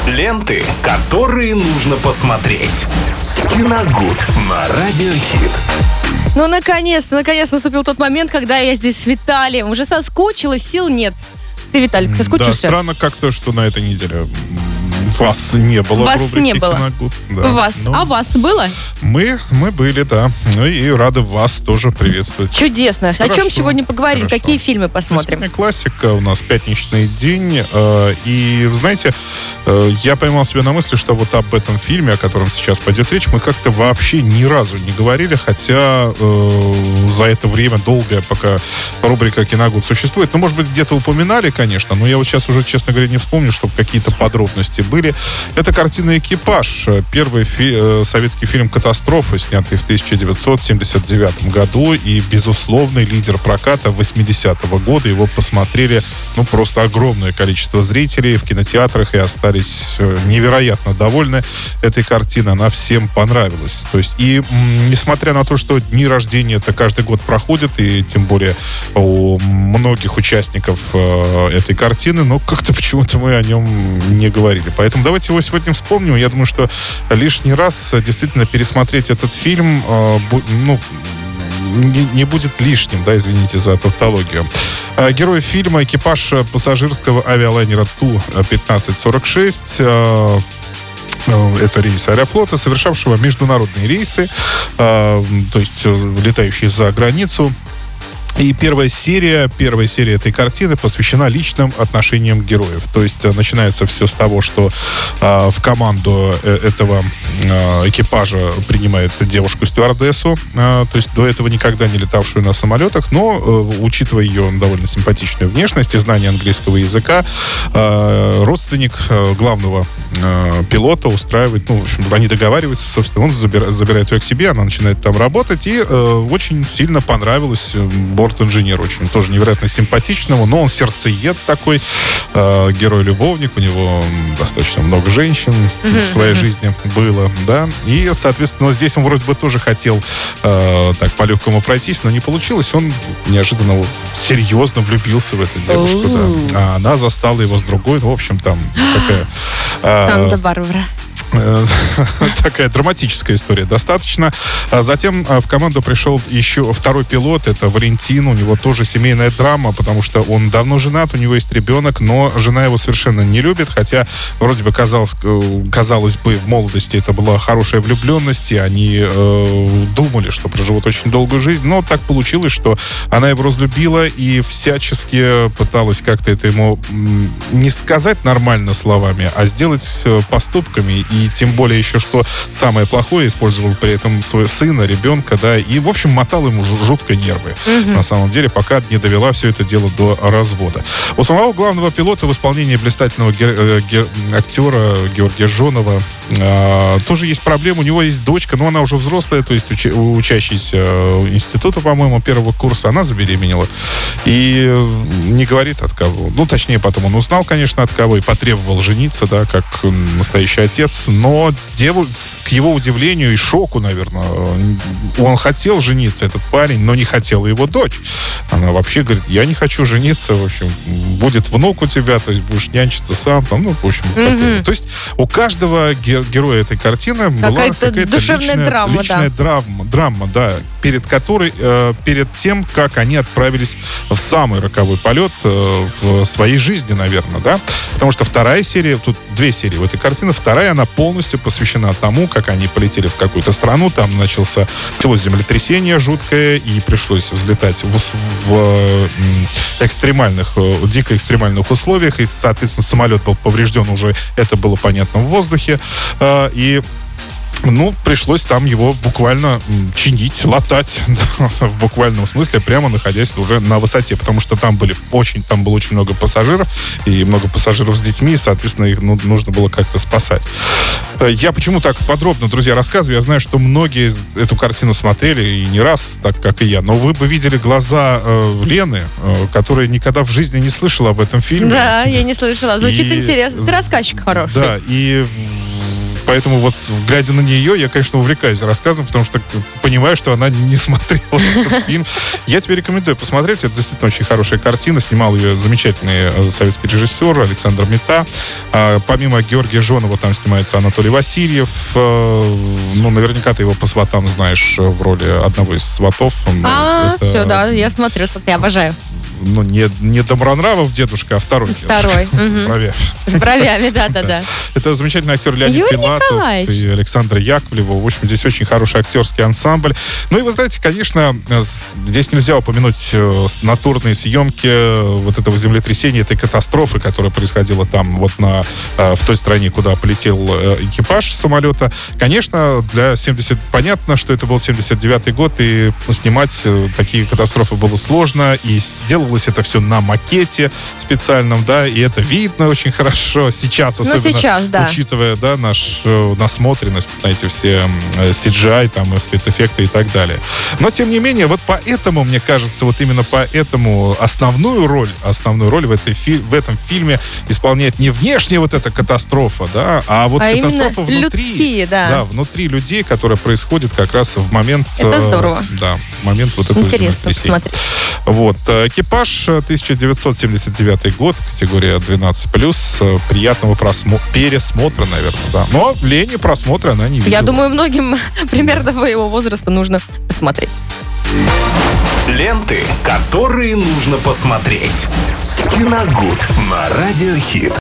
Ленты, которые нужно посмотреть. Киногуд на Радиохит. Ну, наконец-то наступил тот момент, когда я здесь с Виталием. Уже соскучилась, сил нет. Ты, Виталик, соскучился? Да, странно как-то, что на этой неделе вас не было. Вас не было. Киногуд. Да. Вас. А вас было? Мы были, да. Ну и рады вас тоже приветствовать. Чудесно. О чем сегодня поговорим? Хорошо. Какие фильмы посмотрим? Сегодня классика, у нас пятничный день. И, знаете, я поймал себя на мысли, что вот об этом фильме, о котором сейчас пойдет речь, мы как-то вообще ни разу не говорили, хотя за это время долгое, пока рубрика «Киногуд» существует. Ну, может быть, где-то упоминали, конечно, но я вот сейчас уже, честно говоря, не вспомню, чтобы какие-то подробности были. Это картина «Экипаж». Первый советский фильм «Катастрофа», снятый в 1979 году, и безусловный лидер проката 80-го года. Его посмотрели, просто огромное количество зрителей в кинотеатрах и остались невероятно довольны этой картиной. Она всем понравилась. То есть, и несмотря на то, что дни рождения это каждый год проходят, и тем более у многих участников этой картины, но как-то почему-то мы о нем не говорили. Поэтому давайте его сегодня вспомним. Я думаю, что лишний раз действительно пересмотреть этот фильм не будет лишним, да, извините за тавтологию. Герой фильма — экипаж пассажирского авиалайнера Ту-1546. Это рейс Аэрофлота, совершавшего международные рейсы, то есть летающие за границу. И первая серия этой картины посвящена личным отношениям героев. То есть начинается все с того, что в команду этого экипажа принимает девушку-стюардессу, то есть до этого никогда не летавшую на самолетах, но, учитывая ее довольно симпатичную внешность и знание английского языка, родственник главного пилота устраивает, в общем, они договариваются, собственно, он забирает ее к себе, она начинает там работать, и очень сильно понравилось борт-инженеру, очень тоже невероятно симпатичному, но он сердцеед такой, герой-любовник, у него достаточно много женщин в своей жизни было, да, и, соответственно, здесь он вроде бы тоже хотел так по-легкому пройтись, но не получилось, он неожиданно серьезно влюбился в эту девушку, да, а она застала его с другой, в общем, там такая... Санта-Барбара. Такая драматическая история достаточно. Затем в команду пришел еще второй пилот, это Валентин. У него тоже семейная драма, потому что он давно женат, у него есть ребенок, но жена его совершенно не любит, хотя вроде бы казалось бы, в молодости это была хорошая влюбленность, и они думали, что проживут очень долгую жизнь, но так получилось, что она его разлюбила и всячески пыталась как-то это ему не сказать нормально словами, а сделать поступками. И тем более еще, что самое плохое, использовал при этом своего сына, ребенка, да, и, в общем, мотал ему жутко нервы. На самом деле, пока не довела все это дело до развода. У самого главного пилота в исполнении блистательного актера Георгия Жонова тоже есть проблема. У него есть дочка, но она уже взрослая, то есть учащаяся института, по-моему, первого курса. Она забеременела. И не говорит от кого. Точнее, потом он узнал, конечно, от кого и потребовал жениться, да, как настоящий отец. Но к его удивлению и шоку, наверное, он хотел жениться, этот парень, но не хотела его дочь. Она вообще говорит: я не хочу жениться, в общем, будет внук у тебя, то есть будешь нянчиться сам, там, в общем, такое. То есть у каждого героя этой картины была какая-то душевная личная драма, да, перед тем, как они отправились в самый роковой полет в своей жизни, наверное, да, потому что вторая серия, тут две серии в этой картине, вторая, она полностью посвящена тому, как они полетели в какую-то страну, там началось землетрясение жуткое, и пришлось взлетать в дико экстремальных условиях, и, соответственно, самолет был поврежден уже, это было понятно, в воздухе, и пришлось там его буквально чинить, латать, в буквальном смысле, прямо находясь уже на высоте, потому что там было очень много пассажиров, и много пассажиров с детьми, и, соответственно, их нужно было как-то спасать. Я почему так подробно, друзья, рассказываю? Я знаю, что многие эту картину смотрели, и не раз, так как и я, но вы бы видели глаза Лены, которая никогда в жизни не слышала об этом фильме. Да, я не слышала. Звучит интересно. Ты рассказчик хороший. Да, и Поэтому вот, глядя на нее, я, конечно, увлекаюсь рассказом, потому что понимаю, что она не смотрела этот фильм. Я тебе рекомендую посмотреть. Это действительно очень хорошая картина. Снимал ее замечательный советский режиссер Александр Мета. Помимо Георгия Жонова там снимается Анатолий Васильев. Ну, наверняка ты его по «Сватам» знаешь в роли одного из сватов. Все, да, я смотрю, я обожаю. Ну, не Добронравов дедушка, а второй. Второй. С бровями. С бровями, да. Это замечательный актер Леонид Юрий Филатов Николаевич. и Александр Яковлева. В общем, здесь очень хороший актерский ансамбль. Ну и вы знаете, конечно, здесь нельзя упомянуть натурные съемки вот этого землетрясения, этой катастрофы, которая происходила там вот в той стране, куда полетел экипаж самолета. Конечно, понятно, что это был 79-й год, и снимать такие катастрофы было сложно, и сделалось это все на макете специальном, да, и это видно очень хорошо сейчас, особенно учитывая, да, нашу насмотренность на эти все CGI, там, спецэффекты и так далее. Но, тем не менее, вот поэтому, мне кажется, вот именно поэтому основную роль в этом фильме исполняет не внешняя вот эта катастрофа, да, а вот катастрофа внутри. Людские, да, внутри людей, которая происходит как раз в момент... Это здорово. Да, в момент вот этого интересно посмотреть. Вот. Экипаж, 1979 год, категория 12+. Приятного пересмотра, наверное, да. Но лени просмотра она не видела. Я думаю, многим примерно твоего возраста нужно посмотреть. Ленты, которые нужно посмотреть. Киногуд на Радио Хит.